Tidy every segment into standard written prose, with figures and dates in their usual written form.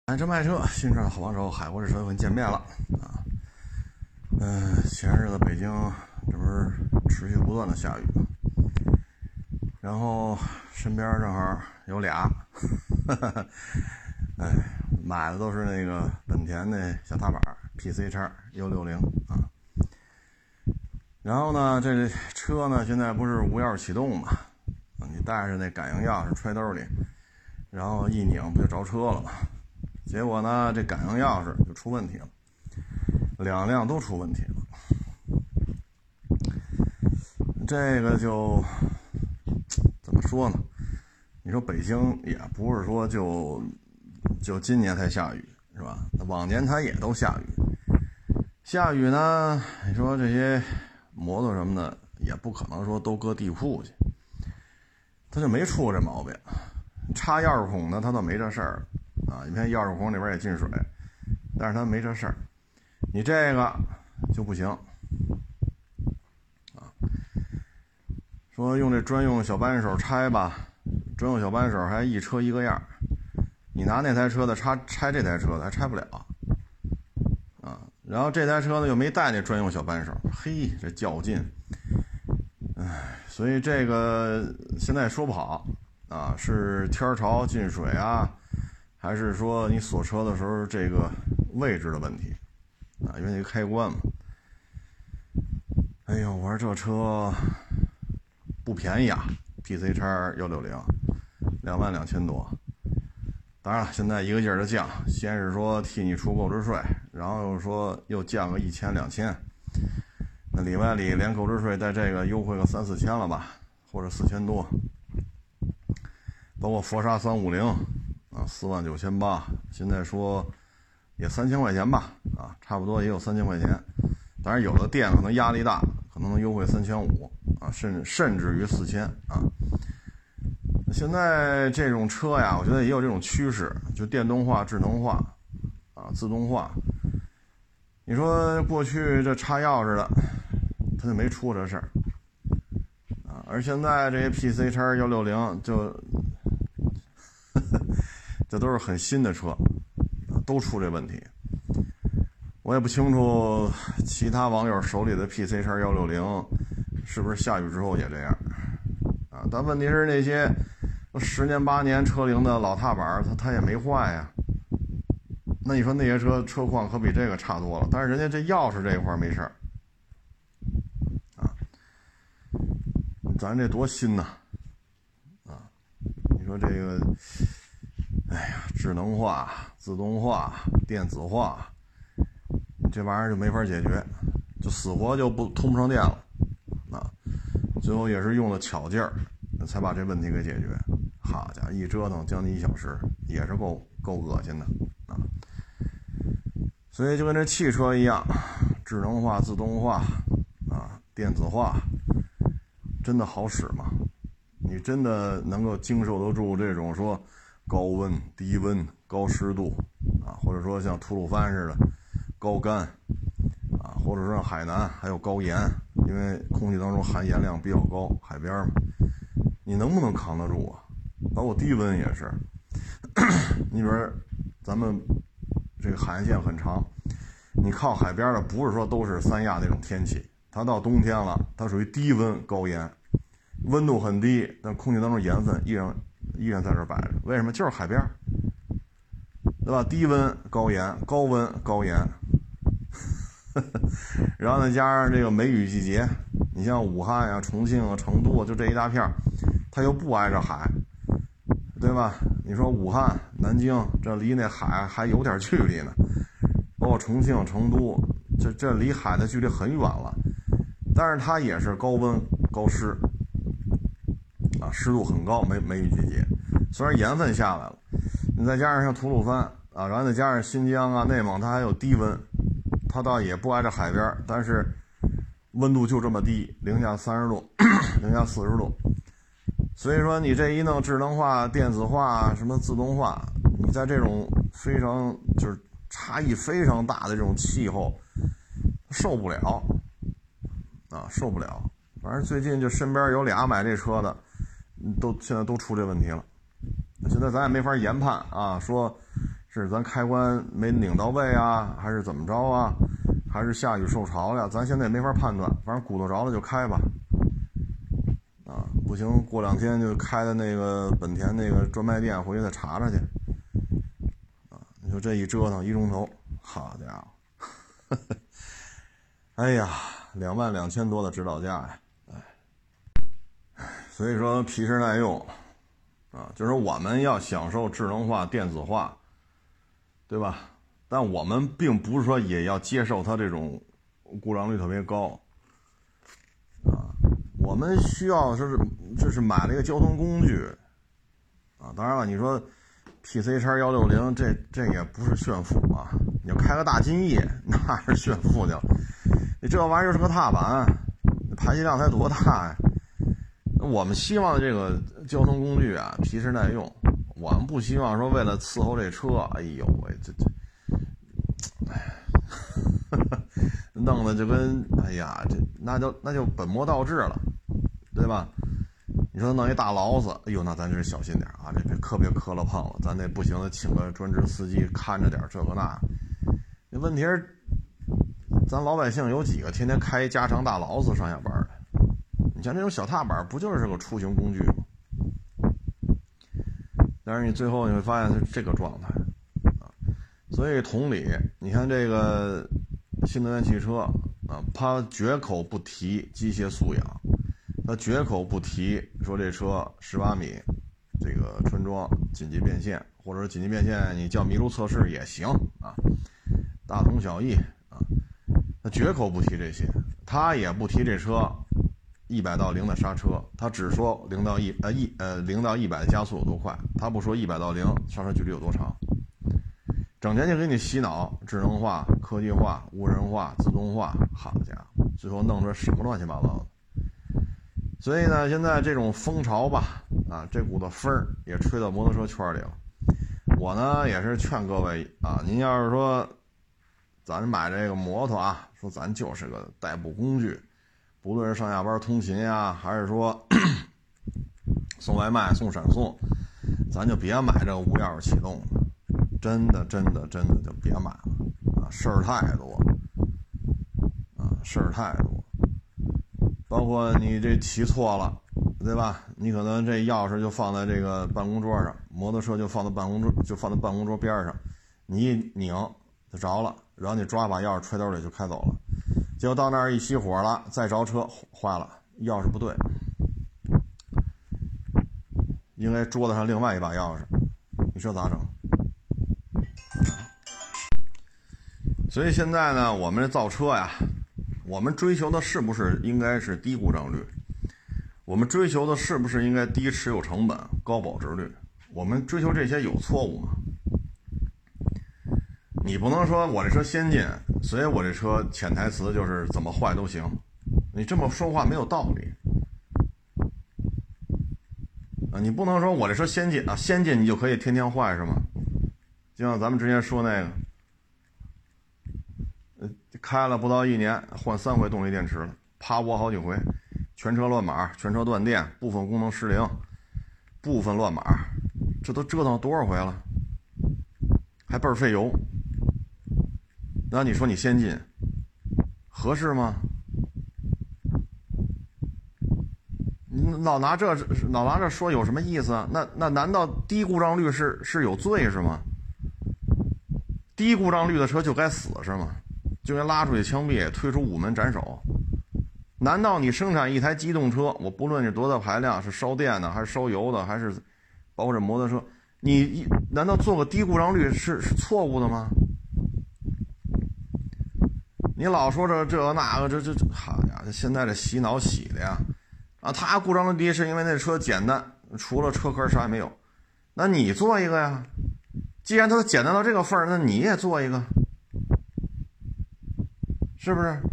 买车卖车，新车好帮手，海阔试车又跟见面了啊。前日子北京这不是持续不断的下雨，然后身边正好有俩，买的都是那个本田的小踏板 PC 叉160啊。然后呢，这车呢现在不是无钥匙启动嘛，你带着那感应钥匙揣兜里，然后一拧不就着车了吗？结果呢，这感应钥匙就出问题了，两辆都出问题了。这个就怎么说呢？你说北京也不是说就今年才下雨是吧？往年它也都下雨。下雨呢，你说这些摩托什么的也不可能说都搁地库去，它就没出过这毛病。插钥匙孔呢，它倒没这事儿啊。你看钥匙孔里边也进水，但是它没这事儿。你这个就不行啊。说用这专用小扳手拆吧，专用小扳手还一车一个样，你拿那台车的拆这台车的还拆不了啊。然后这台车呢又没带那专用小扳手，嘿，这较劲。所以这个现在说不好啊，是天潮进水啊，还是说你锁车的时候这个位置的问题啊？因为那个开关嘛。哎呦，我说这车不便宜啊 ，PC 叉160，22000多。当然了，现在一个劲儿的降，先是说替你出购置税，然后又说又降个1000、2000。那里外里连购置税带这个优惠个3、4千了吧，或者4000多，包括佛沙350啊，49800，现在说也3000块钱吧，啊，差不多也有3000块钱。当然有的店可能压力大，可能能优惠3500啊，甚至于4000啊。现在这种车呀，我觉得也有这种趋势，就电动化、智能化啊、自动化。你说过去这插钥匙的，他就没出这事儿啊，而现在这些 PC 叉160这都是很新的车啊，都出这问题。我也不清楚其他网友手里的 PC 叉160是不是下雨之后也这样啊？但问题是那些10年8年车龄的老踏板，它也没坏呀。那你说那些车况可比这个差多了，但是人家这钥匙这一块没事儿啊，咱这多新呐啊！你说这个，哎呀，智能化、自动化、电子化，这玩意儿就没法解决，就死活就通不上电了啊！最后也是用了巧劲儿，才把这问题给解决。好家伙，一折腾将近1小时，也是够恶心的啊！所以就跟这汽车一样，智能化、自动化啊、电子化，真的好使吗？你真的能够经受得住这种说高温、低温、高湿度啊，或者说像吐鲁番似的高干啊，或者说海南还有高盐，因为空气当中含盐量比较高，海边嘛，你能不能扛得住啊？包括低温也是。你比如咱们这个海岸线很长，你靠海边的不是说都是三亚那种天气，它到冬天了，它属于低温高盐，温度很低，但空气当中盐分依然在这摆着。为什么？就是海边，对吧？低温高盐，高温高盐。然后再加上这个梅雨季节，你像武汉啊、重庆啊、成都啊，就这一大片，它又不挨着海，对吧？你说武汉、南京，这离那海还有点距离呢，包括重庆、成都，这离海的距离很远了，但是它也是高温高湿啊，湿度很高，梅雨季节，虽然盐分下来了，你再加上像吐鲁番啊，然后再加上新疆啊、内蒙，它还有低温，它倒也不挨着海边，但是温度就这么低，零下30度、零下40度。所以说你这一弄智能化、电子化、什么自动化，你在这种非常就是差异非常大的这种气候，受不了啊，受不了。反正最近就身边有俩买这车的，现在都出这问题了。现在咱也没法研判啊，说是咱开关没拧到位啊，还是怎么着啊，还是下雨受潮了，咱现在也没法判断，反正鼓捣着了就开吧。不行，过2天就开的那个本田那个专卖店回去再查查去。你说这一折腾1钟头，好家伙，哎呀，22000多的指导价呀，所以说皮实耐用就是我们要享受智能化、电子化，对吧？但我们并不是说也要接受它这种故障率特别高我们需要这是买了一个交通工具当然了，你说 PC 叉160这也不是炫富你要开个大金翼那是炫富去了，你这玩意儿是个踏板，排气量才多大呀？我们希望这个交通工具皮实耐用，我们不希望说为了伺候这车，哎呦喂，弄得就跟哎呀，那就本末倒置了，对吧？你说弄一大劳子，哎呦，那咱真是小心点这别磕了碰了，咱那不行的，请个专职司机看着点这个那。那问题是，咱老百姓有几个天天开加长大劳子上下班的？你像这种小踏板，不就是个出行工具吗？但是你最后你会发现是这个状态所以同理，你看这个新能源汽车它绝口不提机械素养，它绝口不提说这车18米这个纯装紧急变线，或者说紧急变线你叫麋鹿测试也行大同小异它绝口不提这些，它也不提这车100到0的刹车，它只说0到100的加速有多快，它不说100到0刹车距离有多长。整天就给你洗脑智能化、科技化、无人化、自动化，好家伙，最后弄出来什么乱七八糟的。所以呢，现在这种风潮吧，这股子风也吹到摩托车圈里了。我呢也是劝各位您要是说咱买这个摩托说咱就是个代步工具，不论是上下班通勤还是说送外卖、送闪送，咱就别买这个无钥匙启动的。真的就别买了事儿太多事儿太多，包括你这骑错了，对吧？你可能这钥匙就放在这个办公桌上，摩托车就放在办公桌边上，你一拧就着了，然后你抓把钥匙揣兜里就开走了，结果到那儿一熄火了，再着车坏了，钥匙不对，应该桌子上另外一把钥匙，你说咋整？所以现在呢，我们这造车我们追求的是不是应该是低故障率？我们追求的是不是应该低持有成本、高保值率？我们追求这些有错误吗？你不能说我这车先进，所以我这车潜台词就是怎么坏都行，你这么说话没有道理你不能说我这车先进先进你就可以天天坏是吗？就像咱们之前说那个开了不到1年换3回动力电池了，趴窝好几回，全车乱码，全车断电，部分功能失灵，部分乱码，这都折腾了多少回了，还倍儿费油。那你说你先进合适吗？你老拿这说有什么意思那难道低故障率是有罪是吗？低故障率的车就该死是吗？就该拉出去枪毙，推出午门斩首？难道你生产一台机动车，我不论是多大排量，是烧电的还是烧油的，还是包括这摩托车，你难道做个低故障率是错误的吗？你老说这那个这好呀，现在这洗脑洗的呀它故障率低是因为那车简单，除了车壳啥也没有。那你做一个呀，既然它简单到这个份儿，那你也做一个，是不是？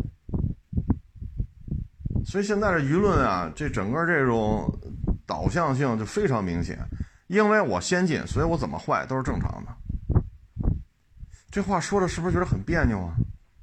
所以现在的舆论这整个这种导向性就非常明显，因为我先进，所以我怎么坏都是正常的。这话说的是不是觉得很别扭啊？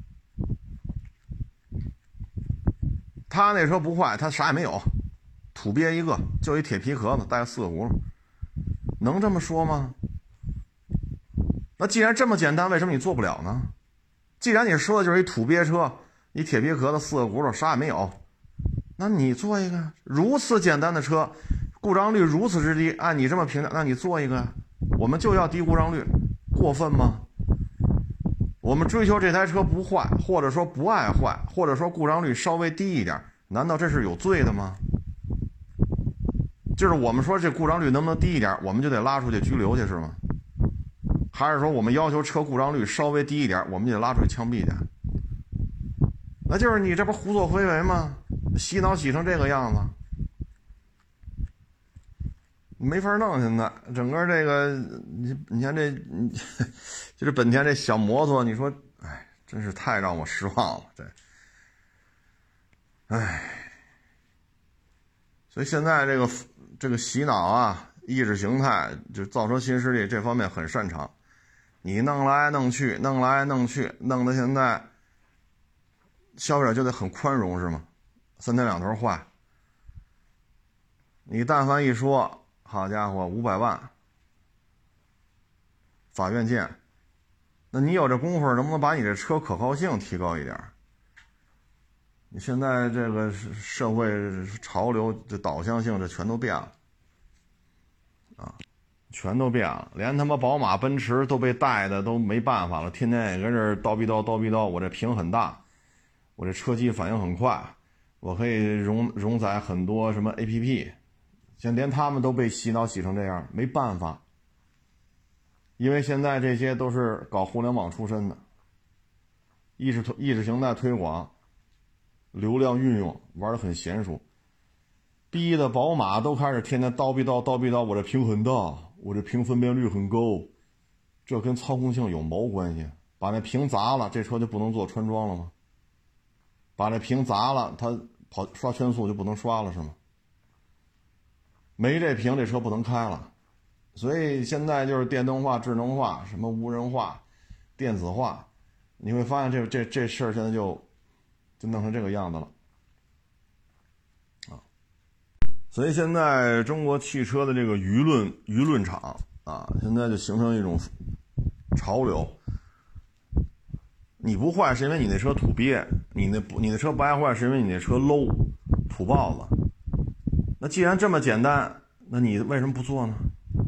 他那车不坏，他啥也没有，土鳖一个，就一铁皮壳子，带个4个轱辘，能这么说吗？ 那既然这么简单，为什么你做不了呢？既然你说的就是一土鳖车，一铁皮壳子4个轱辘啥也没有，那你做一个如此简单的车，故障率如此之低，按你这么评价，那你做一个，我们就要低故障率，过分吗？我们追求这台车不坏，或者说不爱坏，或者说故障率稍微低一点，难道这是有罪的吗？就是我们说这故障率能不能低一点，我们就得拉出去拘留去是吗？还是说我们要求车故障率稍微低一点，我们就得拉出去枪毙去？那就是你这不胡作非为吗？洗脑洗成这个样子，没法弄。现在整个这个你看这就是本田这小摩托，你说哎，真是太让我失望了。所以现在这个洗脑啊，意识形态，就造车新势力这方面很擅长，你弄来弄去，弄来弄去，弄得现在消费者就得很宽容是吗？3天2头坏，你但凡一说，好家伙，500万，法院见。那你有这功夫，能不能把你这车可靠性提高一点？你现在这个社会潮流这导向性，这全都变了啊，全都变了，连他妈宝马奔驰都被带的都没办法了，天天也跟这叨逼叨，我这屏很大，我这车机反应很快，我可以容载很多什么 APP， 现在连他们都被洗脑洗成这样，没办法，因为现在这些都是搞互联网出身的，意识形态推广，流量运用玩得很娴熟，逼的宝马都开始天天叨逼叨，我这屏很大，我这屏分辨率很高，这跟操控性有毛关系？把那屏砸了，这车就不能做穿桩了吗？把那屏砸了，它刷圈速就不能刷了是吗？没这屏这车不能开了。所以现在就是电动化、智能化、什么无人化、电子化，你会发现这事儿现在就弄成这个样子了啊！所以现在中国汽车的这个舆论场啊，现在就形成一种潮流。你不坏是因为你那车土鳖，你那车不爱坏是因为你那车 low 土豹子。那既然这么简单，那你为什么不做呢？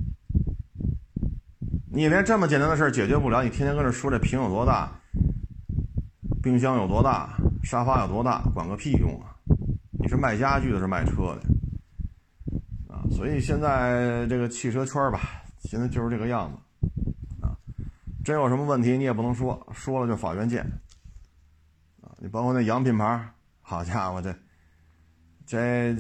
你连这么简单的事解决不了，你天天跟这说这屏有多大，冰箱有多大，沙发有多大，管个屁用啊！你是卖家具的，是卖车的啊！所以现在这个汽车圈吧，现在就是这个样子啊！真有什么问题你也不能说，说了就法院见啊！你包括那洋品牌，好家伙，这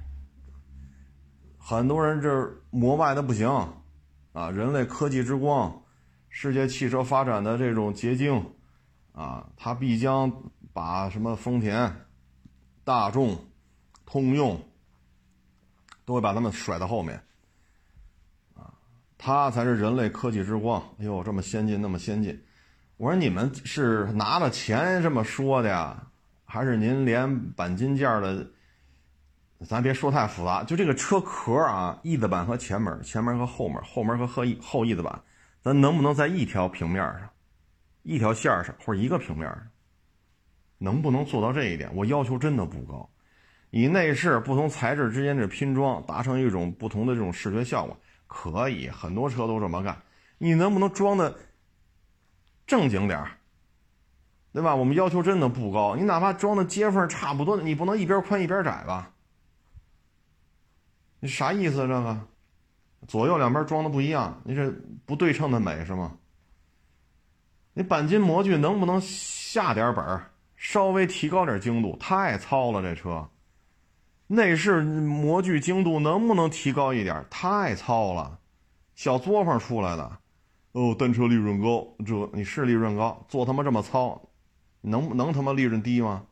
很多人这膜拜的不行啊！人类科技之光，世界汽车发展的这种结晶啊，它必将把什么丰田、大众、通用都会把他们甩到后面啊！它才是人类科技之光。哎呦，这么先进，那么先进！我说你们是拿了钱这么说的呀，还是您连钣金件的？咱别说太复杂，就这个车壳啊，翼子板和前门和后门和后翼子板，咱能不能在一条平面上、一条线上或者一个平面上，能不能做到这一点？我要求真的不高。以内饰不同材质之间的拼装，达成一种不同的这种视觉效果，可以，很多车都这么干。你能不能装的正经点，对吧？我们要求真的不高，你哪怕装的接缝差不多，你不能一边宽一边窄吧？你啥意思啊？这个左右两边装的不一样，你这不对称的美是吗？你钣金模具能不能下点本，稍微提高点精度？太糙了，这车内饰模具精度能不能提高一点？太糙了，小作坊出来的。哦，单车利润高，这你是利润高，做他妈这么糙，能他妈利润低吗？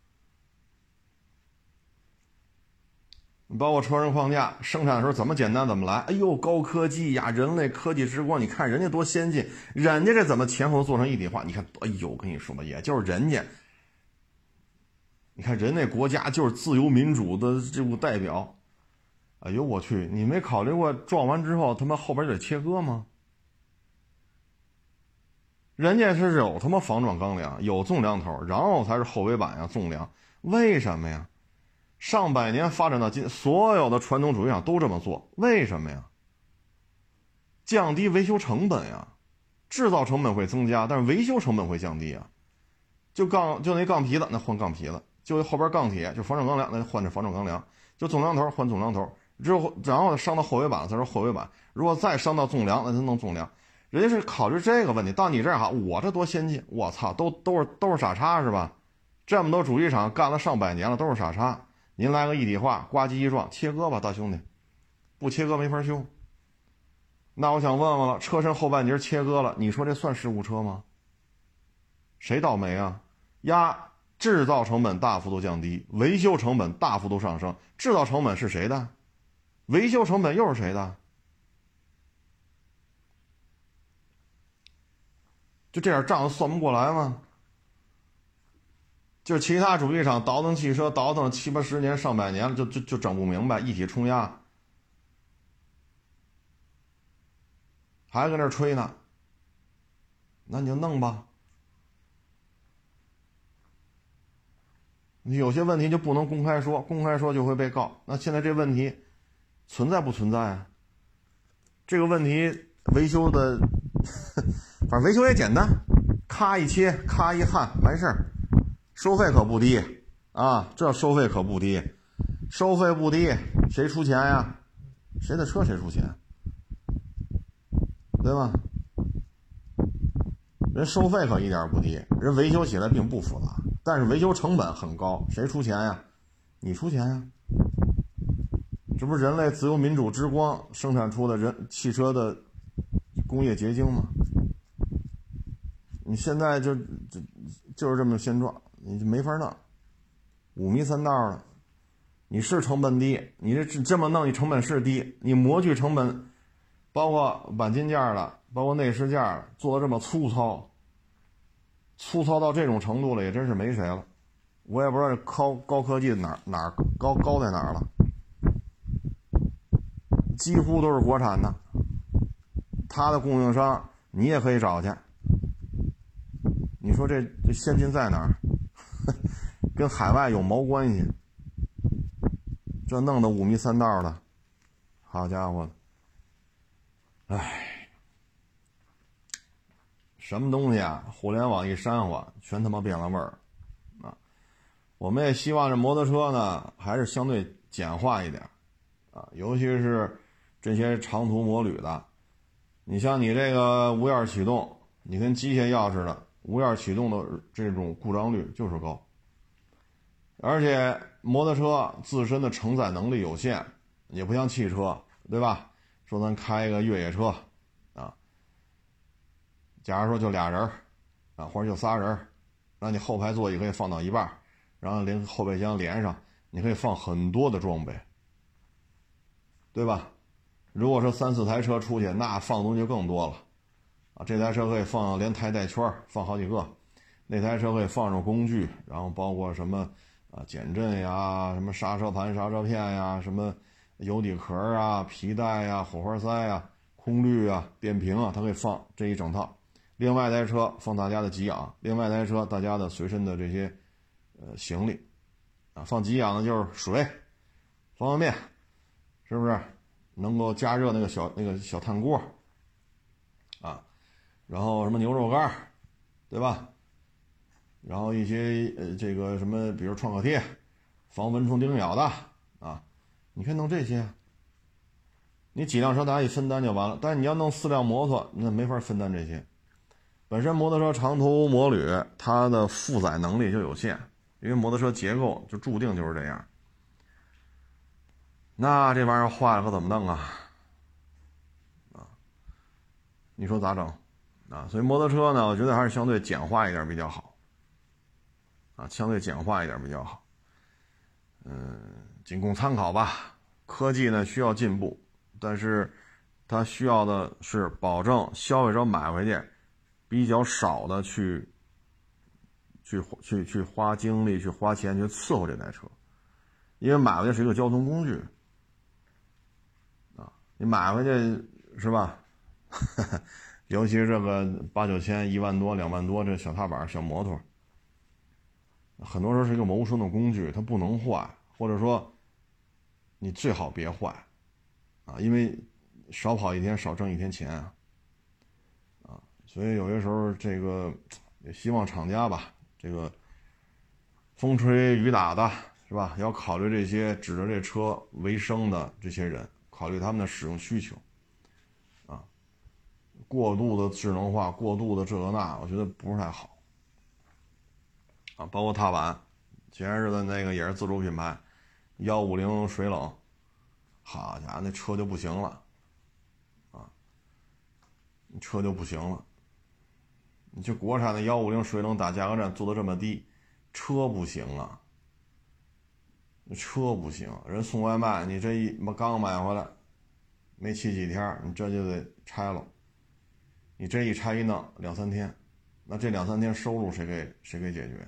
你包括车身框架生产的时候怎么简单怎么来，哎呦高科技呀，人类科技之光，你看人家多先进，人家这怎么前后做成一体化？你看，哎呦，我跟你说吧，也就是人家，你看人那国家就是自由民主的这股代表，哎呦我去，你没考虑过撞完之后他妈后边得切割吗？ 人家是有他妈防撞钢梁，有纵梁头，然后才是后尾板呀、纵梁。为什么呀？上百年发展到今，所有的传统主机厂都这么做，为什么呀？降低维修成本呀，制造成本会增加，但是维修成本会降低啊。就那钢皮子，那换钢皮子；就后边钢铁，就防撞钢梁，那换成防撞钢梁；就纵梁头换纵梁头。然后伤到后尾板了，再说后尾板。如果再伤到纵梁，那就弄纵梁。人家是考虑这个问题。到你这儿哈，我这多先进，我操，都是傻叉是吧？这么多主机厂干了上百年了，都是傻叉。您来个一体化，呱唧一撞，切割吧，大兄弟，不切割没法修。那我想问问了，车身后半截切割了，你说这算事故车吗？谁倒霉啊？制造成本大幅度降低，维修成本大幅度上升。制造成本是谁的？维修成本又是谁的？就这点账算不过来吗？就其他主机厂倒腾汽车倒腾7、8、10年上百年了，就整不明白，一体冲压，还搁那吹呢。那你就弄吧。你有些问题就不能公开说，公开说就会被告。那现在这问题存在不存在啊？这个问题维修的，反正维修也简单，咔一切，咔一焊，完事儿。收费可不低啊，这收费可不低，收费不低，谁出钱呀？谁的车谁出钱，对吧？人收费可一点不低，人维修起来并不复杂，但是维修成本很高，谁出钱呀？你出钱呀？这不是人类自由民主之光生产出的汽车的工业结晶吗？你现在就是这么现状，你就没法弄，五迷三道了。你是成本低，你这么弄，你成本是低，你模具成本，包括钣金件的，包括内饰件做的这么粗糙到这种程度了，也真是没谁了。我也不知道高科技哪高在哪儿了，几乎都是国产的，它的供应商你也可以找去。你说这先进在哪儿？跟海外有毛关系？这弄得五迷三道的，好家伙的！唉，什么东西啊？互联网一煽乎，全他妈变了味儿啊！我们也希望这摩托车呢，还是相对简化一点啊，尤其是这些长途摩旅的。你像你这个无钥匙启动，你跟机械钥匙的无钥匙启动的这种故障率就是高，而且摩托车自身的承载能力有限，也不像汽车，对吧？说咱开一个越野车啊，假如说就俩人啊，或者就仨人，那你后排座椅可以放到一半，然后连后备箱连上，你可以放很多的装备，对吧？如果说3、4台车出去，那放东西就更多了啊！这台车可以放连台带圈，放好几个；那台车可以放上工具，然后包括什么减震呀、什么刹车盘、刹车片呀、什么油底壳啊、皮带呀、火花塞呀、空滤啊、电瓶啊，它可以放这一整套。另外一台车放大家的给养，另外一台车大家的随身的这些行李啊，放给养的就是水、方便面，是不是？能够加热那个小炭锅啊，然后什么牛肉干，对吧？然后一些这个什么，比如创可贴，防蚊虫叮咬的啊，你可以弄这些。你几辆车大家一分担就完了，但是你要弄4辆摩托，那没法分担这些。本身摩托车长途摩旅，它的负载能力就有限，因为摩托车结构就注定就是这样。那这玩意儿坏了可怎么弄啊？你说咋整啊？所以摩托车呢，我觉得还是相对简化一点比较好啊，相对简化一点比较好。仅供参考吧。科技呢需要进步，但是它需要的是保证消费者买回去比较少的去花精力、去花钱去伺候这台车，因为买回去是一个交通工具。你买回去是吧？ 尤其是这个8、9千、1万多、2万多这小踏板、小摩托，很多时候是一个谋生的工具，它不能坏，或者说你最好别坏啊，因为少跑一天少挣一天钱啊，所以有些时候这个也希望厂家吧，这个风吹雨打的是吧，要考虑这些指着这车为生的这些人，考虑他们的使用需求啊，过度的智能化，过度的这个那，我觉得不是太好啊。包括踏板，前些日子那个也是自主品牌150水冷，好家伙，那车就不行了啊，车就不行了。你就国产的150水冷打价格战做的这么低，车不行啊，车不行，人送外卖，你这刚买回来没骑几天，你这就得拆了，你这一拆一弄2、3天，那这2、3天收入谁给解决？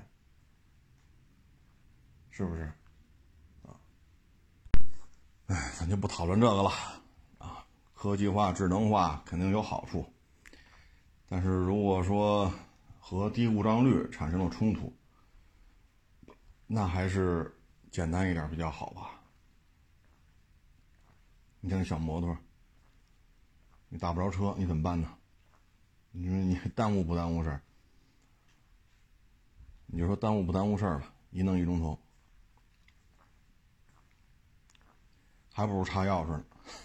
是不是？啊，哎，咱就不讨论这个了啊。科技化、智能化肯定有好处，但是如果说和低故障率产生了冲突，那还是简单一点比较好吧。你像小摩托，你打不着车，你怎么办呢？你说你耽误不耽误事儿？你就说耽误不耽误事儿吧，一弄1钟头，还不如插钥匙呢。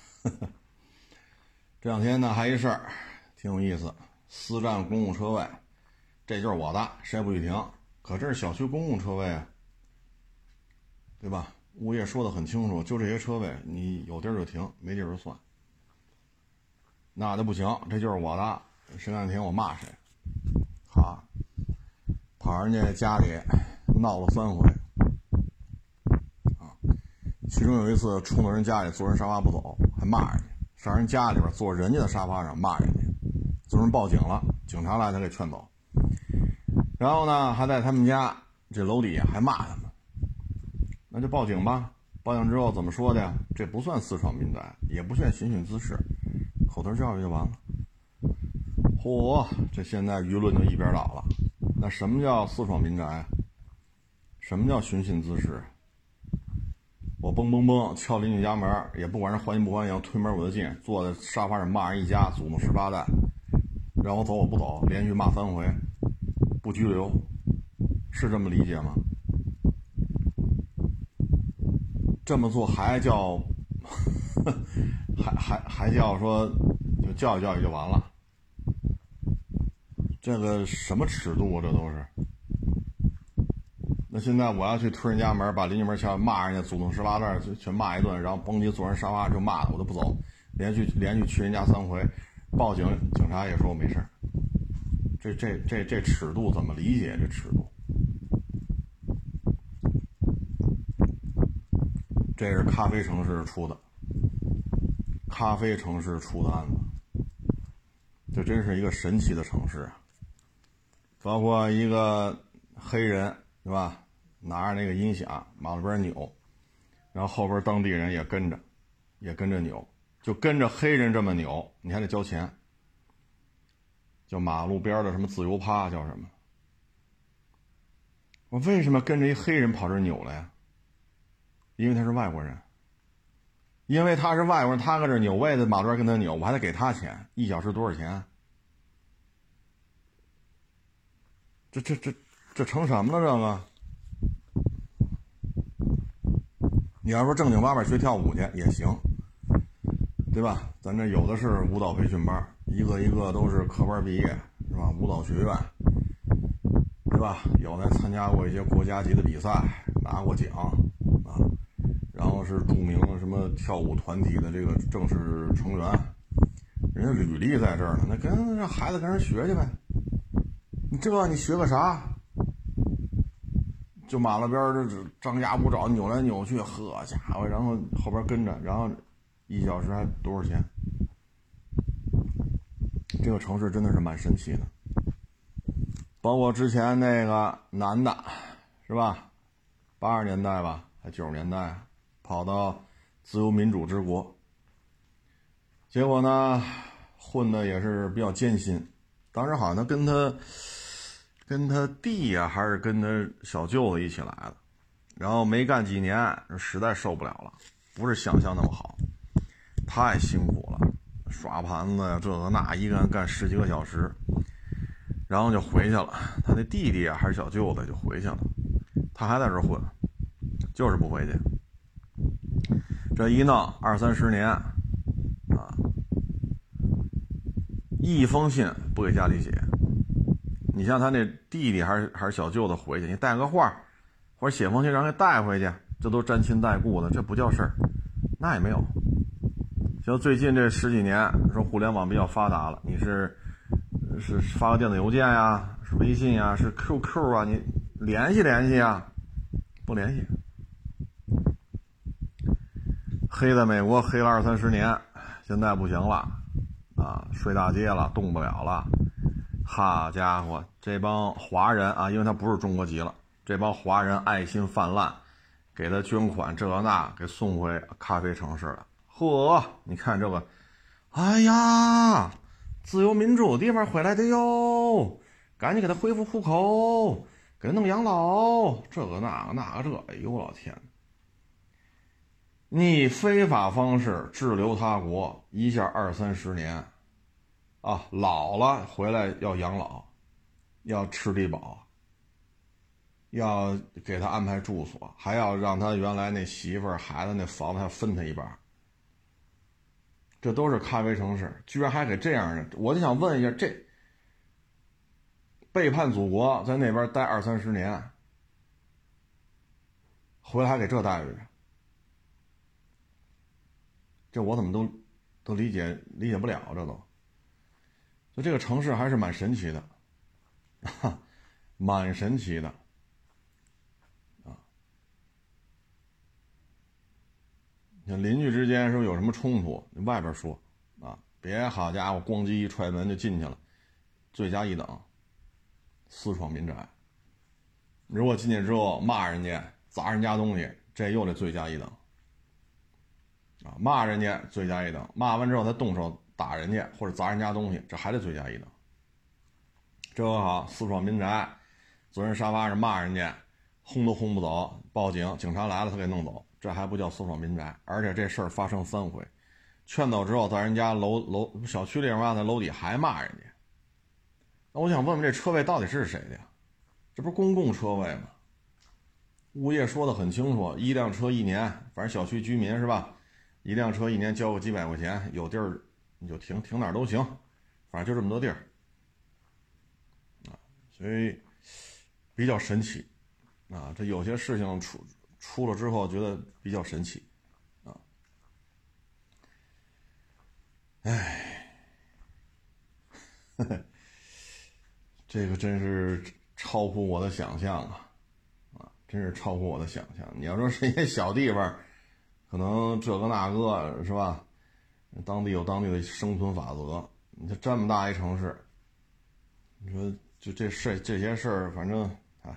这两天呢还一事儿挺有意思，私占公共车位，这就是我的，谁也不许停。可这是小区公共车位啊，对吧？物业说的很清楚，就这些车位，你有地儿就停，没地儿就算。那就不行，这就是我的，谁敢停我骂谁。好，跑人家家里闹了3回啊，其中有一次冲到人家里坐人沙发不走，还骂人家，上人家里边坐人家的沙发上骂人家，最终报警了，警察来他给劝走。然后呢，还在他们家这楼底下还骂他们，那就报警吧。报警之后怎么说的呀？这不算私闯民宅，也不算寻衅滋事，口头教育就完了。嚯，这现在舆论就一边倒了。那什么叫私闯民宅？什么叫寻衅滋事？我嘣嘣嘣敲邻居家门，也不管是欢迎不欢迎，推门我就进，坐在沙发上骂人一家，祖宗18代，让我走我不走，连续骂3回，不拘留，是这么理解吗？这么做还叫还叫说就教育教育就完了？这个什么尺度啊？这都是。那现在我要去推人家门，把邻居门敲，骂人家祖宗18代，全骂一顿，然后蹦迪坐人沙发就骂我都不走，连续去人家3回，报警，警察也说我没事。这尺度怎么理解？这尺度？这是咖啡城市出的，咖啡城市出的案子，这真是一个神奇的城市啊！包括一个黑人，对吧？拿着那个音响马路边扭，然后后边当地人也跟着扭，就跟着黑人这么扭，你还得交钱。叫马路边的什么自由趴叫什么？我为什么跟着一黑人跑这扭了呀？因为他是外国人。因为他是外国人，他搁这扭，我也在马路边跟他扭，我还得给他钱，1小时多少钱？这成什么了？这个，你要说正经八百学跳舞去也行，对吧？咱这有的是舞蹈培训班，一个一个都是科班毕业，是吧？舞蹈学院，对吧？有的参加过一些国家级的比赛，拿过奖啊，然后是著名的什么跳舞团体的这个正式成员，人家履历在这儿呢，那跟让孩子跟人学去呗。你学个啥？就马路边这张牙舞爪扭来扭去，呵家伙，然后后边跟着，然后1小时还多少钱？这个城市真的是蛮神奇的。包括之前那个男的，是吧？80年代吧，还90年代，跑到自由民主之国，结果呢， 混的也是比较艰辛。当时好像他跟他弟呀，还是跟他小舅子一起来的，然后没干几年，实在受不了了，不是想象那么好，太辛苦了，刷盘子呀，这个那一干10几个小时，然后就回去了。他那弟弟啊，还是小舅子就回去了，他还在这混，就是不回去。这一闹20-30年啊，一封信不给家里写。你像他那弟弟还是小舅子回去，你带个话或者写封信让人带回去，这都沾亲带故的，这不叫事儿。那也没有。像最近这10几年，说互联网比较发达了，你是发个电子邮件呀，是微信呀，是 QQ 啊，你联系联系啊，不联系。黑在美国黑了20-30年，现在不行了啊，睡大街了，动不了了。好家伙，这帮华人啊，因为他不是中国籍了，这帮华人爱心泛滥，给他捐款这那，给送回咖啡城市了。呵，你看这个，哎呀，自由民主的地方回来的哟，赶紧给他恢复户口，给他弄养老，这个那个这，哎呦我老天！你非法方式滞留他国，一下20-30年。啊，老了回来要养老，要吃低保，要给他安排住所，还要让他原来那媳妇儿孩子那房子还分他一半，这都是咖啡城市，居然还给这样的。我就想问一下，这背叛祖国在那边待20-30年，回来还给这待遇，这我怎么都理解不了，这都。所以这个城市还是蛮神奇的，蛮神奇的，啊！像邻居之间说有什么冲突，外边说啊，别好家伙，咣叽一踹门就进去了，罪加一等，私闯民宅。如果进去之后骂人家、砸人家东西，这又得罪加一等，啊，骂人家罪加一等，骂完之后他动手打人家或者砸人家东西，这还得罪加一等。这个好，私闯民宅，坐人沙发上骂人家，轰都轰不走，报警，警察来了他给弄走，这还不叫私闯民宅。而且这事儿发生3回，劝走之后在人家小区里面在楼底还骂人家。那我想问问，这车位到底是谁的呀？这不是公共车位吗？物业说的很清楚，1辆车1年，反正小区居民是吧，1辆车1年交个几百块钱，有地儿你就停哪儿都行，反正就这么多地儿啊，所以比较神奇啊。这有些事情出了之后，觉得比较神奇啊。哎，这个真是超乎我的想象啊，真是超乎我的想象。你要说是一些小地方，可能这个那个是吧？当地有当地的生存法则。你说这么大一城市，你说就这些事儿，反正啊，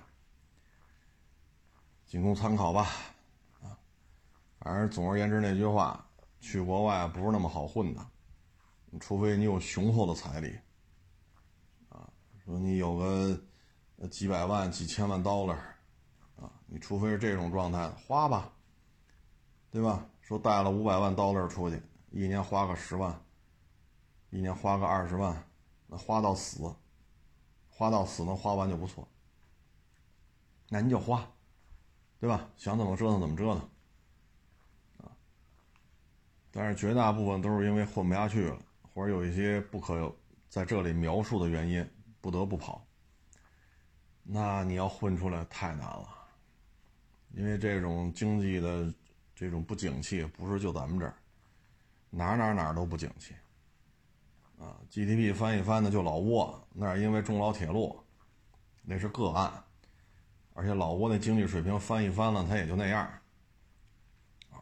仅供参考吧。啊，反正总而言之那句话，去国外不是那么好混的，除非你有雄厚的财力。啊，说你有个几百万、几千万$，啊，你除非是这种状态，花吧，对吧？说带了500万$出去，一年花个10万，一年花个20万，那花到死能花完就不错。那你就花，对吧？想怎么折腾怎么折腾，啊！但是绝大部分都是因为混不下去了，或者有一些不可在这里描述的原因，不得不跑。那你要混出来太难了，因为这种经济的这种不景气，不是就咱们这儿，哪儿都不景气。啊 ，GDP 翻一翻的就老挝，那是因为中老铁路，那是个案，而且老挝那经济水平翻一翻了，它也就那样。啊，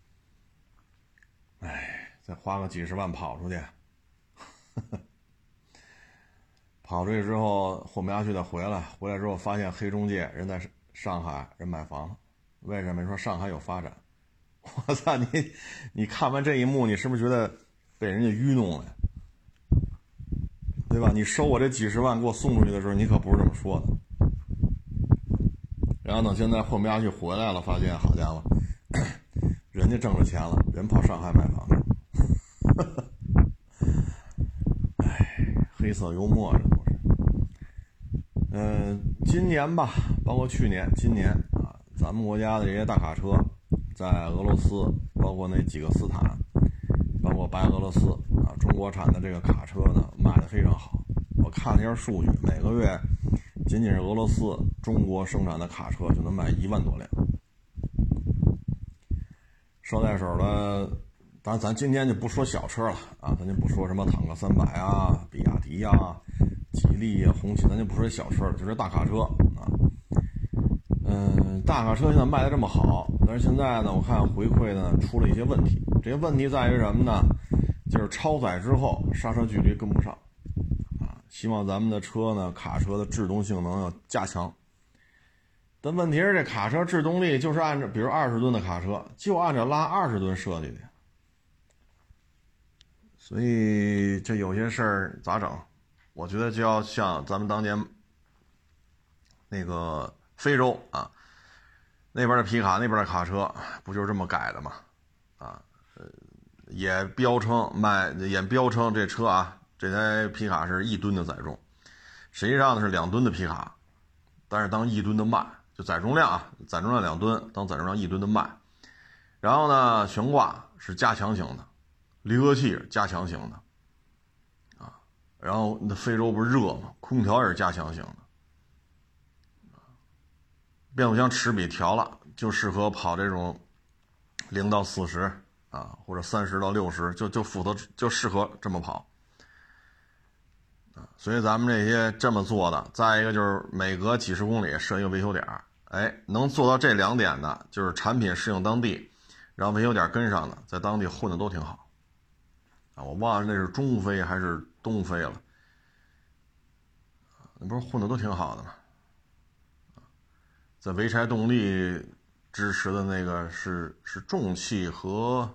哎，再花个几十万跑出去，跑出去之后混不下去再回来，回来之后发现黑中介人在上海人买房，为什么说上海有发展？我操你看完这一幕，你是不是觉得被人家愚弄了呀？ 对吧？你收我这几十万给我送出去的时候，你可不是这么说的。然后等现在混不下去回来了，发现好家伙，人家挣着钱了，人跑上海买房去。黑色幽默这都是。今年吧，包括去年、今年啊，咱们国家的这些大卡车，在俄罗斯，包括那几个斯坦，包括白俄罗斯啊，中国产的这个卡车呢，卖得非常好。我看了一下数据，每个月仅仅是俄罗斯中国生产的卡车就能卖1万多辆。捎带手的，当然咱今天就不说小车了啊，咱就不说什么坦克300啊、比亚迪啊、吉利啊、红旗，咱就不说小车了，就是大卡车啊。大卡车现在卖得这么好，但是现在呢，我看回馈呢出了一些问题。这些问题在于什么呢？就是超载之后刹车距离跟不上啊。希望咱们的车呢，卡车的制动性能要加强。但问题是，这卡车制动力就是按照，比如20吨的卡车，就按照拉20吨设计的，所以这有些事儿咋整？我觉得就要像咱们当年那个非洲啊，那边的皮卡，那边的卡车，不就是这么改的吗？啊，也标称这车啊，这台皮卡是1吨的载重，实际上呢是2吨的皮卡，但是当1吨的卖，就载重量啊，载重量2吨，当载重量1吨的卖。然后呢，悬挂是加强型的，离合器是加强型的，啊，然后那非洲不是热吗？空调也是加强型的。变速箱齿比调了，就适合跑这种0到40啊，或者30到60，就适合这么跑啊。所以咱们这些这么做的，再一个就是每隔几十公里设一个维修点，能做到这2点的，就是产品适应当地，然后维修点跟上的，在当地混的都挺好啊。我忘了那是中非还是东非了，那不是混的都挺好的吗？在潍柴动力支持的那个是重汽和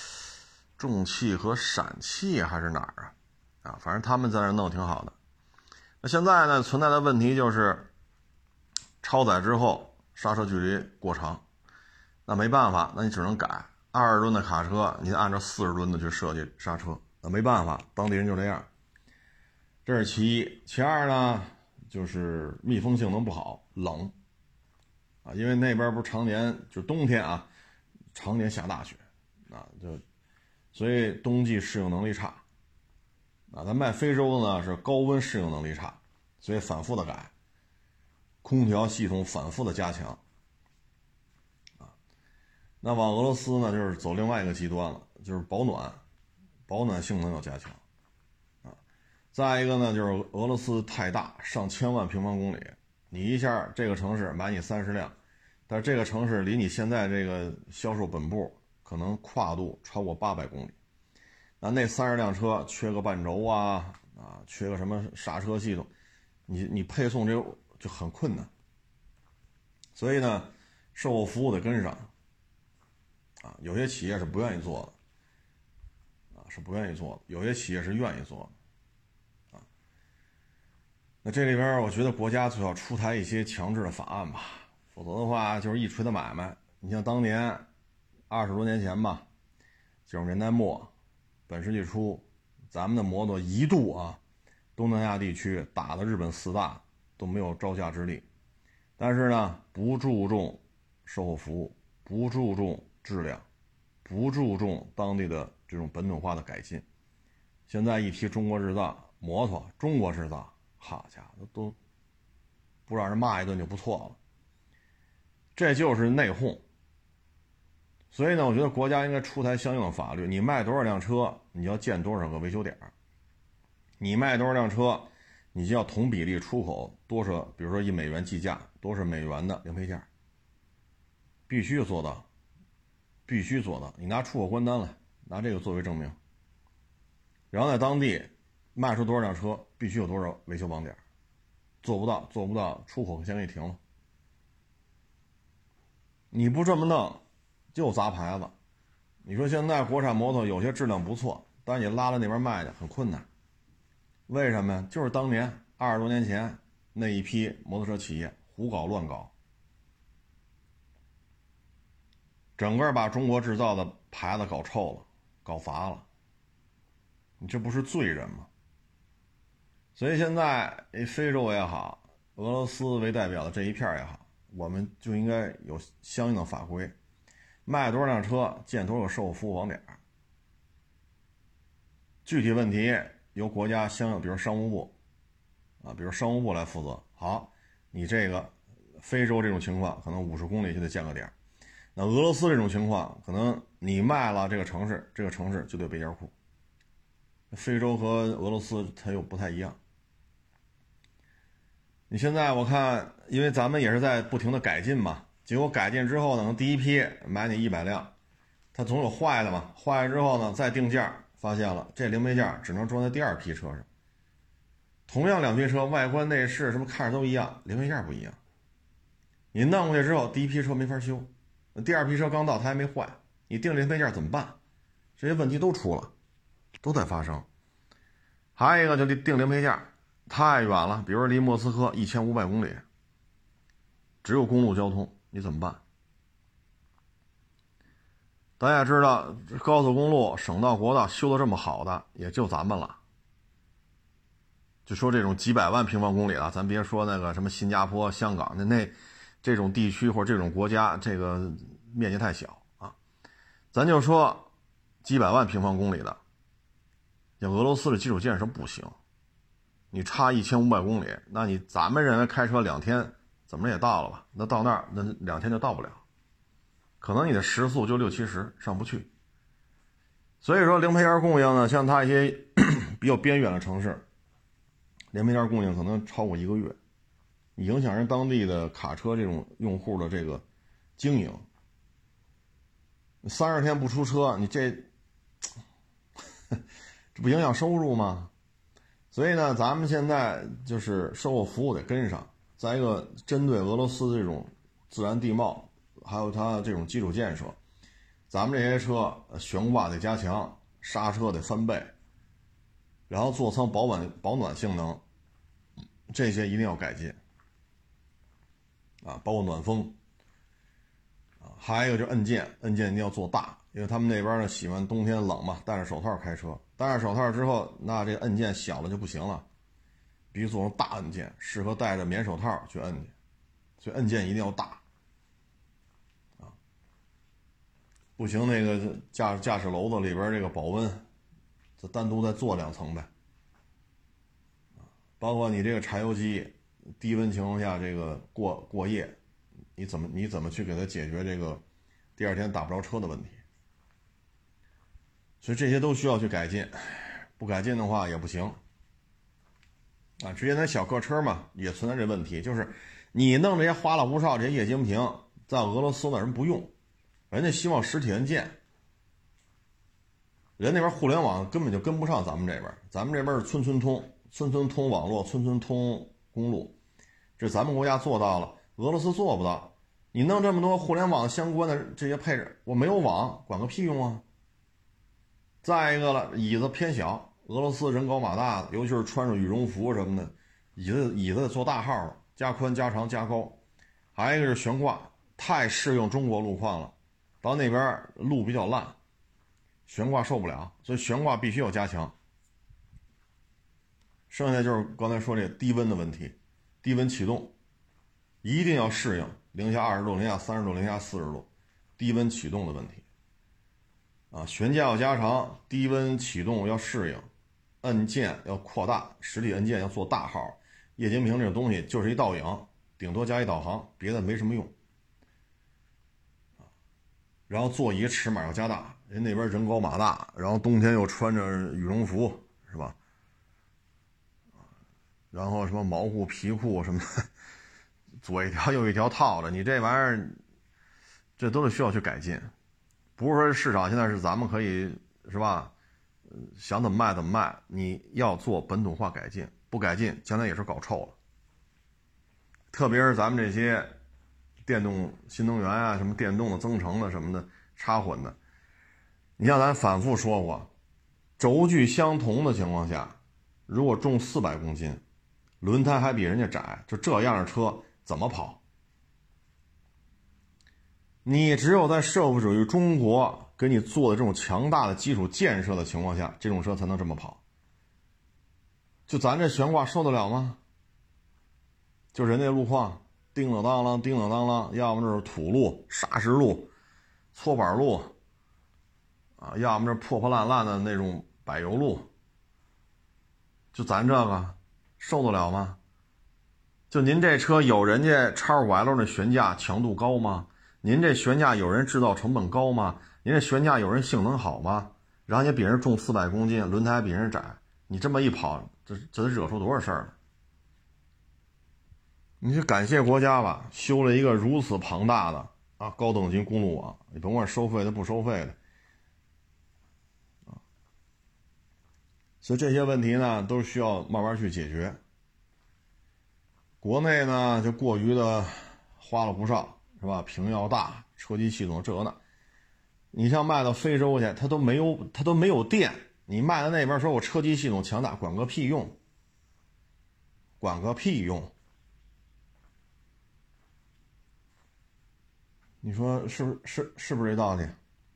陕汽还是哪儿啊？反正他们在那弄挺好的。那现在呢，存在的问题就是超载之后刹车距离过长，那没办法，那你只能改20吨的卡车，你按照40吨的去设计刹车，那没办法，当地人就这样。这是其一。其二呢，就是密封性能不好，冷啊，因为那边不是常年就冬天啊，常年下大雪啊，所以冬季适应能力差啊。咱卖非洲的呢是高温适应能力差，所以反复的改，空调系统反复的加强啊。那往俄罗斯呢就是走另外一个极端了，就是保暖性能要加强啊。再一个呢就是俄罗斯太大，上千万平方公里，你一下这个城市买你30辆，但是这个城市离你现在这个销售本部可能跨度超过800公里，那30辆车缺个半轴啊，缺个什么刹车系统，你配送这就很困难。所以呢，售后服务得跟上啊，有些企业是不愿意做的啊，是不愿意做的，有些企业是愿意做的啊。那这里边我觉得国家最好出台一些强制的法案吧，否则的话就是一锤子买卖。你像当年20多年前吧，90年代末本世纪初，咱们的摩托一度啊，东南亚地区打的日本4大都没有招架之力。但是呢，不注重售后服务，不注重质量，不注重当地的这种本土化的改进。现在一提中国制造摩托，中国制造，好家伙，都不让人骂一顿就不错了。这就是内讧。所以呢，我觉得国家应该出台相应的法律，你卖多少辆车，你要建多少个维修点，你卖多少辆车，你就要同比例出口多少，比如说以美元计价，多少美元的零配件，必须做到，必须做到。你拿出口关单来，拿这个作为证明，然后在当地卖出多少辆车，必须有多少维修网点，做不到，出口先给你停了。你不这么弄，就砸牌子。你说现在国产摩托有些质量不错，但是你拉到那边卖去很困难为什么呀？就是当年20多年前那一批摩托车企业胡搞乱搞，整个把中国制造的牌子搞臭了，搞砸了。你这不是罪人吗？所以现在非洲也好，俄罗斯为代表的这一片也好，我们就应该有相应的法规，卖多少辆车建多少个售后服务网点。具体问题由国家相应，比如商务部比如商务部来负责。好，你这个非洲这种情况可能50公里就得建个点，那俄罗斯这种情况可能你卖了这个城市，这个城市就得备件库。非洲和俄罗斯它又不太一样。你现在我看，因为咱们也是在不停的改进嘛，结果改进之后呢，第一批买你100辆，它总有坏的嘛，坏了之后呢，再定价，发现了这零配件只能装在第2批车上。同样2批车外观内饰什么看着都一样，零配件不一样。你弄过去之后，第一批车没法修，第2批车刚到它还没坏，你定零配件怎么办？这些问题都出了，都在发生。还有一个就定零配件太远了，比如说离莫斯科1500公里，只有公路交通，你怎么办？大家也知道，高速公路、省道、国道修的这么好的，也就咱们了。就说这种几百万平方公里了，咱别说那个什么新加坡、香港，那这种地区或者这种国家，这个面积太小啊。咱就说几百万平方公里的，像俄罗斯的基础建设不行，你差1500公里，那咱们认为开车2天怎么也到了吧？那到那儿那2天就到不了，可能你的时速就60-70上不去。所以说零配件供应呢，像它一些比较边远的城市，零配件供应可能超过1个月，影响人当地的卡车这种用户的这个经营。30天不出车，你这不影响收入吗？所以呢，咱们现在就是售后服务得跟上。再一个，针对俄罗斯这种自然地貌，还有它这种基础建设，咱们这些车悬挂得加强，刹车得翻倍，然后座舱保暖性能，这些一定要改进包括暖风还有一个就是按键一定要做大，因为他们那边呢喜欢冬天冷嘛，戴着手套开车，戴上手套之后，那这个按键小了就不行了，必须做成大按键，适合戴着棉手套去摁去，所以按键一定要大不行那个驾驶楼子里边这个保温，再单独再做2层呗。包括你这个柴油机低温情况下这个过夜，你怎么去给它解决这个第2天打不着车的问题？所以这些都需要去改进，不改进的话也不行之前那小客车嘛也存在这问题，就是你弄这些花里胡哨这些液晶屏，在俄罗斯那人不用，人家希望实体按键，人那边互联网根本就跟不上咱们这边，咱们这边是村村通网络，村村通公路，这咱们国家做到了，俄罗斯做不到。你弄这么多互联网相关的这些配置，我没有网管个屁用啊！再一个了，椅子偏小，俄罗斯人高马大的，尤其是穿着羽绒服什么的，椅子做大号，加宽加长加高。还有一个是悬挂，太适应中国路况了，到那边路比较烂，悬挂受不了，所以悬挂必须要加强。剩下就是刚才说这低温的问题，低温启动一定要适应-20度、-30度、-40度低温启动的问题悬架要加长，低温启动要适应，按键要扩大，实体按键要做大号，液晶屏这种东西就是一倒影，顶多加一导航，别的没什么用然后座椅尺码要加大，人那边人高马大，然后冬天又穿着羽绒服是吧，然后什么毛裤皮裤什么的左一条右一条套着，你这玩意儿这都是需要去改进，不是说市场现在是咱们可以是吧想怎么卖怎么卖，你要做本土化改进，不改进将来也是搞臭了。特别是咱们这些电动新能源什么电动的增程的什么的插混的，你像咱反复说过，轴距相同的情况下， 如果重400公斤，轮胎还比人家窄，就这样的车怎么跑？你只有在社会主义中国给你做的这种强大的基础建设的情况下，这种车才能这么跑。就咱这悬挂受得了吗？就人家路况叮了当啷叮了当啷，要么就是土路、砂石路、搓板路啊，要么是破破烂烂的那种柏油路。就咱这个受得了吗？就您这车有人家叉5 L 的悬架强度高吗？您这悬架有人制造成本高吗？您这悬架有人性能好吗？然后也比人重400公斤，轮胎比人窄，你这么一跑，这得惹出多少事儿来？你去感谢国家吧，修了一个如此庞大的高等级公路网，你甭管收费的不收费的所以这些问题呢，都需要慢慢去解决。国内呢，就过于的花了不少，是吧？屏要大，车机系统这那。你像卖到非洲去，它都没有电。你卖到那边说我车机系统强大，管个屁用！管个屁用！你说是不是这道理？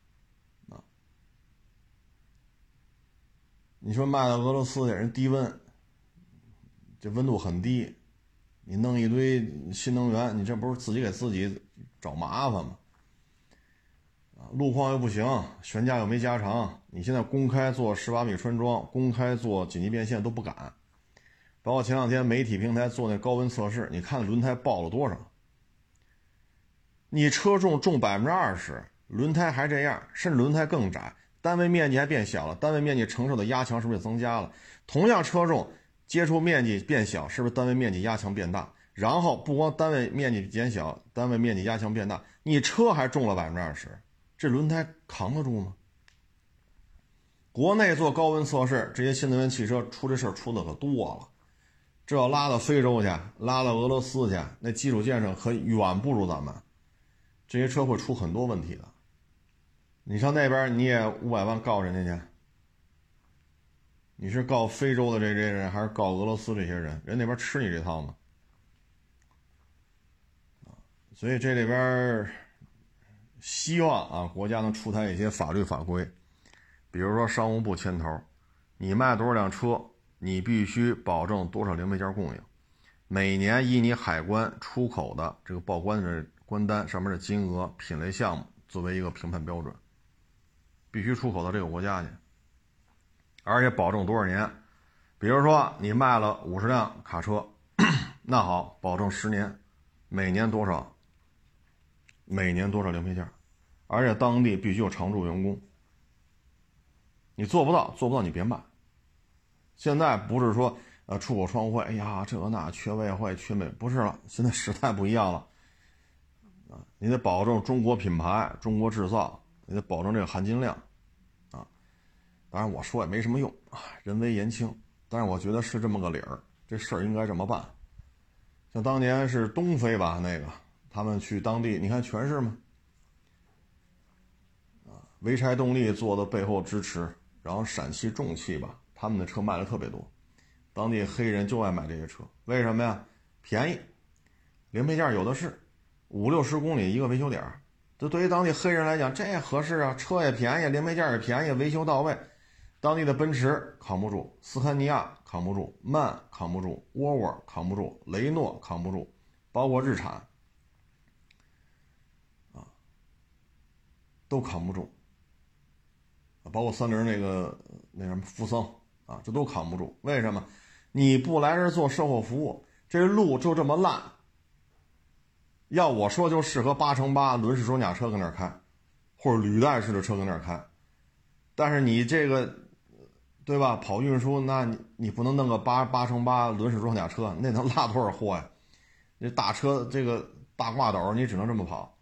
你说卖到俄罗斯给人低温，这温度很低，你弄一堆新能源，你这不是自己给自己找麻烦吗？路况又不行，悬架又没加长，你现在公开做18米穿桩，公开做紧急变线都不敢。包括前两天媒体平台做那高温测试，你看轮胎爆了多少？你车重20%，轮胎还这样，甚至轮胎更窄，单位面积还变小了，单位面积承受的压强是不是也增加了？同样车重，接触面积变小，是不是单位面积压强变大？然后不光单位面积减小，单位面积压强变大，你车还重了20%，这轮胎扛得住吗？国内做高温测试，这些新能源汽车出这事儿出的可多了。这要拉到非洲去，拉到俄罗斯去，那基础建设可远不如咱们。这些车会出很多问题的。你上那边你也500万告人家去，你是告非洲的这些人，还是告俄罗斯这些人？人那边吃你这套吗？所以这里边希望国家能出台一些法律法规，比如说商务部牵头，你卖多少辆车，你必须保证多少零配件供应，每年以你海关出口的这个报关的关单上面的金额、品类项目作为一个评判标准，必须出口到这个国家去，而且保证多少年。比如说你卖了50辆卡车，那好，保证10年，每年多少零配件，而且当地必须有常驻员工。你做不到你别卖。现在不是说出口创汇，哎呀这那缺外汇缺美，不是了，现在时代不一样了你得保证中国品牌、中国制造，你得保证这个含金量当然我说也没什么用人微言轻，但是我觉得是这么个理儿，这事儿应该这么办。像当年是东非吧，那个他们去当地，你看全是嘛潍柴动力做的背后支持，然后陕汽重汽吧，他们的车卖的特别多，当地黑人就爱买这些车，为什么呀？便宜，零配件有的是，50-60公里一个维修点，这对于当地黑人来讲这合适啊，车也便宜，零配件也便宜，维修到位。当地的奔驰扛不住，斯堪尼亚扛不住，曼扛不住，沃尔沃扛不住，雷诺扛不住，包括日产都扛不住，包括30那什么福森这都扛不住。为什么？你不来这儿做售后服务，这路就这么烂，要我说就适合8×8轮式装甲车跟那儿开，或者履带式的车跟那儿开。但是你这个对吧，跑运输，那你不能弄个8×8轮式装甲车，那能拉多少货呀？这大车这个大挂斗你只能这么跑。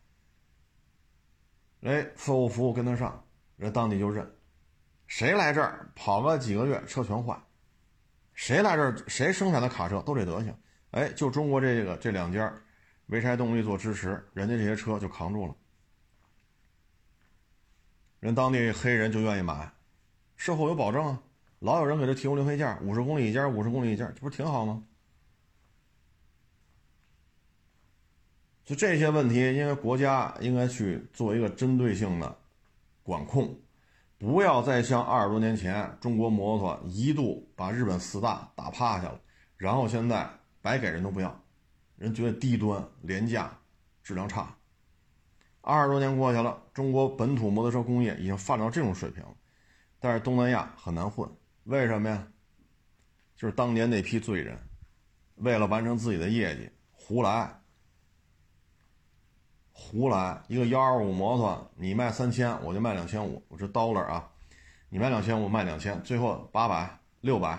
售后服务跟得上，人当地就认。谁来这儿跑个几个月车全坏，谁来这儿谁生产的卡车都这德行。就中国这两家潍柴动力做支持，人家这些车就扛住了，人当地黑人就愿意买，售后有保证老有人给他提供零配件，50公里一家，50公里一家，这不是挺好吗？就这些问题，因为国家应该去做一个针对性的管控，不要再像20多年前中国摩托一度把日本4大打趴下了，然后现在白给人都不要，人觉得低端廉价质量差。20多年过去了，中国本土摩托车工业已经发展到这种水平了，但是东南亚很难混，为什么呀？就是当年那批罪人为了完成自己的业绩胡来，一个125摩托你卖3000我就卖2500，我这 dollar 啊，你卖2500我卖2000，最后800 600，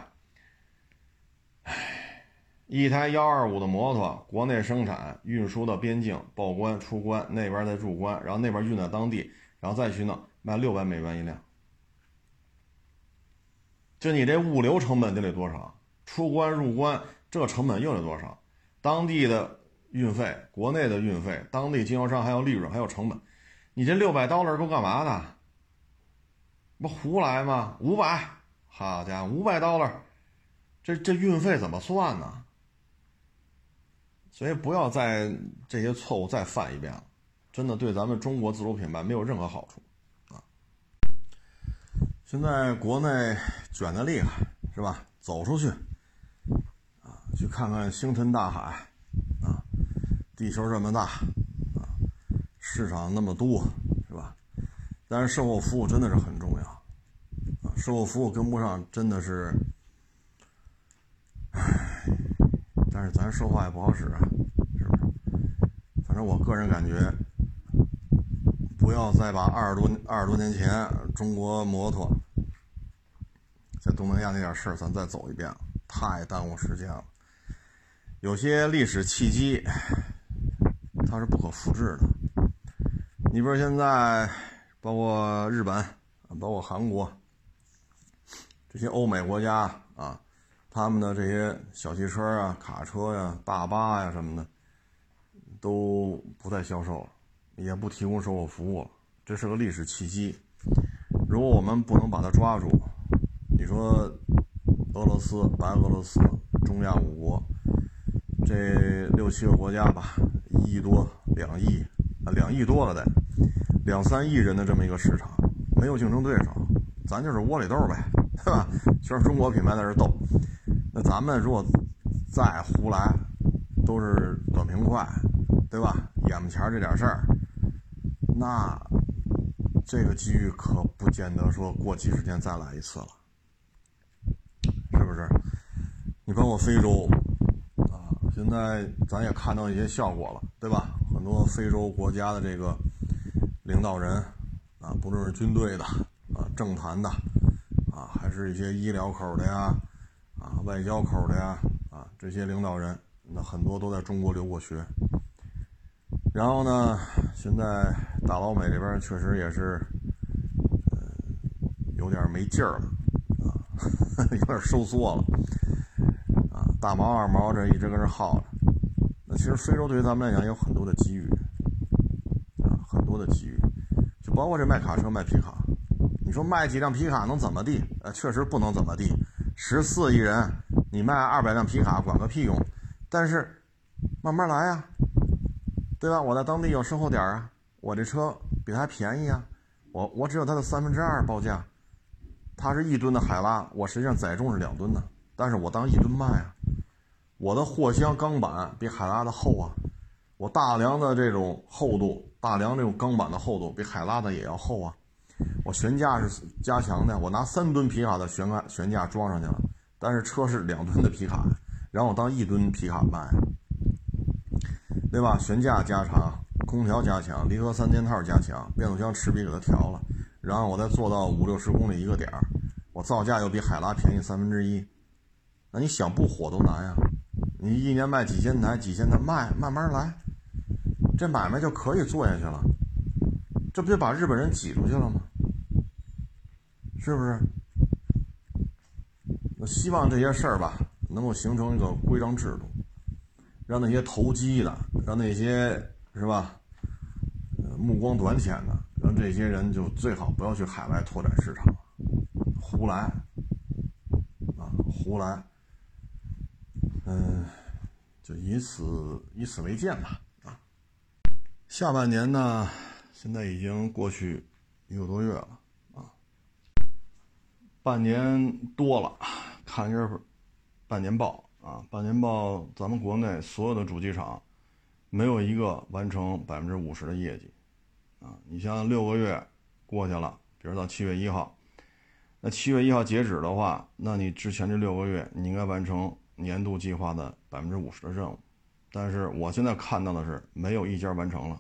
一台125的摩托国内生产运输到边境报关出关，那边再入关，然后那边运到当地，然后再去弄，卖600美元一辆。就你这物流成本得多少，出关入关这成本又得多少，当地的运费，国内的运费，当地经销商还有利润还有成本，你这600 dollar 够干嘛的？不胡来吗？500，好家伙，500 dollar， 这运费怎么算呢？所以不要再这些错误再犯一遍了，真的对咱们中国自主品牌没有任何好处啊！现在国内卷得厉害，是吧？走出去啊，去看看星辰大海啊，地球这么大啊，市场那么多，是吧？但是售后服务真的是很重要啊，售后服务跟不上真的是，但是咱说话也不好使啊，是不是？反正我个人感觉，不要再把20多年前中国摩托在东南亚那点事儿咱再走一遍了，太耽误时间了。有些历史契机它是不可复制的。你比如现在包括日本包括韩国这些欧美国家啊，他们的这些小汽车啊、卡车呀、大巴呀什么的都不再销售了，也不提供售后服务了，这是个历史契机。如果我们不能把它抓住，你说俄罗斯、白俄罗斯、中亚5国这6、7个国家吧，1亿多、2亿，2亿多了得，2、3亿人的这么一个市场，没有竞争对手，咱就是窝里斗呗，对吧？全是中国品牌在这斗，那咱们如果再胡来，都是短平快，对吧？眼巴前这点事儿，那这个机遇可不见得说过几十年再来一次了，是不是？你包括非洲啊，现在咱也看到一些效果了，对吧？很多非洲国家的这个领导人啊，不论是军队的啊、政坛的啊，还是一些医疗口的呀啊、外交口的呀啊，这些领导人那很多都在中国留过学。然后呢，现在大老美这边确实也是有点没劲儿了啊，有点收缩了啊，大毛二毛这一直跟这耗着。那其实非洲对于咱们来讲有很多的机遇啊，很多的机遇，就包括这卖卡车卖皮卡，你说卖几辆皮卡能怎么地？确实不能怎么地。14亿人，你卖200辆皮卡管个屁用？但是慢慢来呀，对吧？我在当地有售后点啊，我这车比他还便宜啊，我只有它的2/3报价。它是1吨的海拉，我实际上载重是2吨的，但是我当1吨卖啊。我的货箱钢板比海拉的厚啊，我大梁的这种厚度，大梁这种钢板的厚度比海拉的也要厚啊。我悬架是加强的，我拿3吨皮卡的悬架装上去了，但是车是2吨的皮卡，然后我当1吨皮卡卖，对吧？悬架加长，空调加强，离合3件套加强，变速箱齿比给它调了，然后我再做到50、60公里一个点儿，我造价又比海拉便宜1/3，那你想不火都难呀！你一年卖几千台卖，慢慢来，这买卖就可以做下去了，这不就把日本人挤出去了吗？是不是？我希望这些事儿吧，能够形成一个规章制度，让那些投机的，让那些是吧，目光短浅的，让这些人就最好不要去海外拓展市场，胡来胡来，就以此为鉴吧。啊，下半年呢，现在已经过去1个多月了啊，半年多了，看一下半年报啊，半年报咱们国内所有的主机厂没有一个完成50%的业绩啊。你像6个月过去了，比如到7月1号，那7月1号截止的话，那你之前这6个月你应该完成年度计划的50%的任务，但是我现在看到的是没有一家完成了，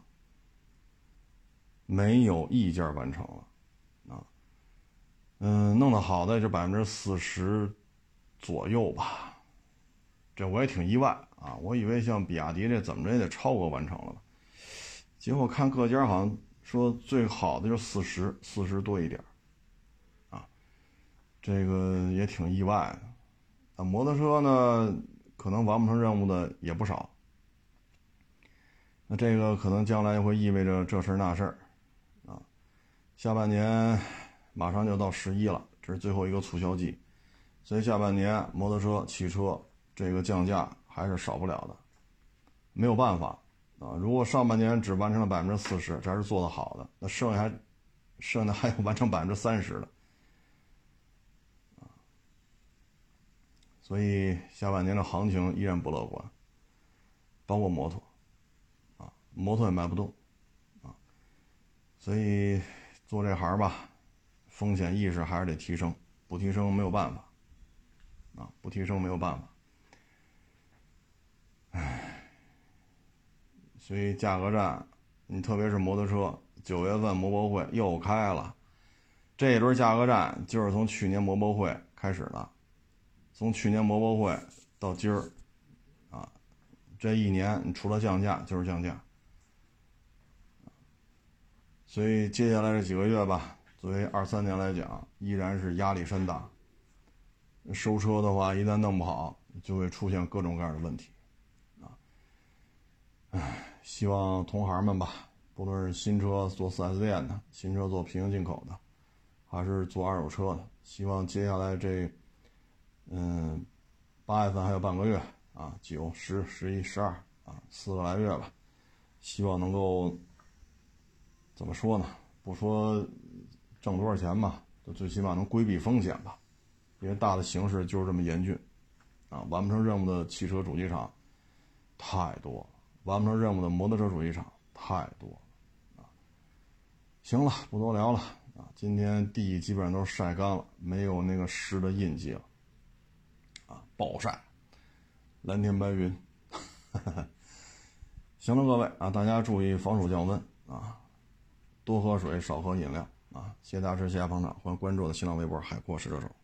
没有一家完成了啊。弄得好的就40%左右吧，这我也挺意外啊，我以为像比亚迪这怎么着也得超额完成了吧，结果看各家好像说最好的就40多一点啊，这个也挺意外的。摩托车呢，可能完不成任务的也不少，那这个可能将来会意味着这事那事啊。下半年马上就到11了，这是最后一个促销季，所以下半年摩托车、汽车这个降价还是少不了的，没有办法啊。如果上半年只完成了40%，这还是做得好的，那剩下还有完成30%的啊。所以下半年的行情依然不乐观，包括摩托啊，摩托也卖不动啊。所以做这行吧，风险意识还是得提升，不提升没有办法啊，不提升没有办法。所以价格战，你特别是摩托车，9月份摩博会又开了，这一轮价格战就是从去年摩博会开始的，从去年摩博会到今儿啊，这一年你除了降价就是降价。所以接下来这几个月吧，作为23年来讲，依然是压力山大。收车的话，一旦弄不好，就会出现各种各样的问题啊。希望同行们吧，不论是新车做 4S 店的，新车做平行进口的，还是做二手车的，希望接下来这8月份还有半个月啊，9、10、11、12啊，4个来月吧，希望能够怎么说呢？不说挣多少钱吧，就最起码能规避风险吧。因为大的形势就是这么严峻啊，完不成任务的汽车主机厂太多了，完不成任务的摩托车主机厂太多了啊。行了，不多聊了啊，今天地基本上都晒干了，没有那个湿的印记了啊，暴晒，蓝天白云。行了，各位啊，大家注意防暑降温啊，多喝水，少喝饮料啊。谢谢大家支持，谢谢捧场，欢迎关注我的新浪微博海阔试车手。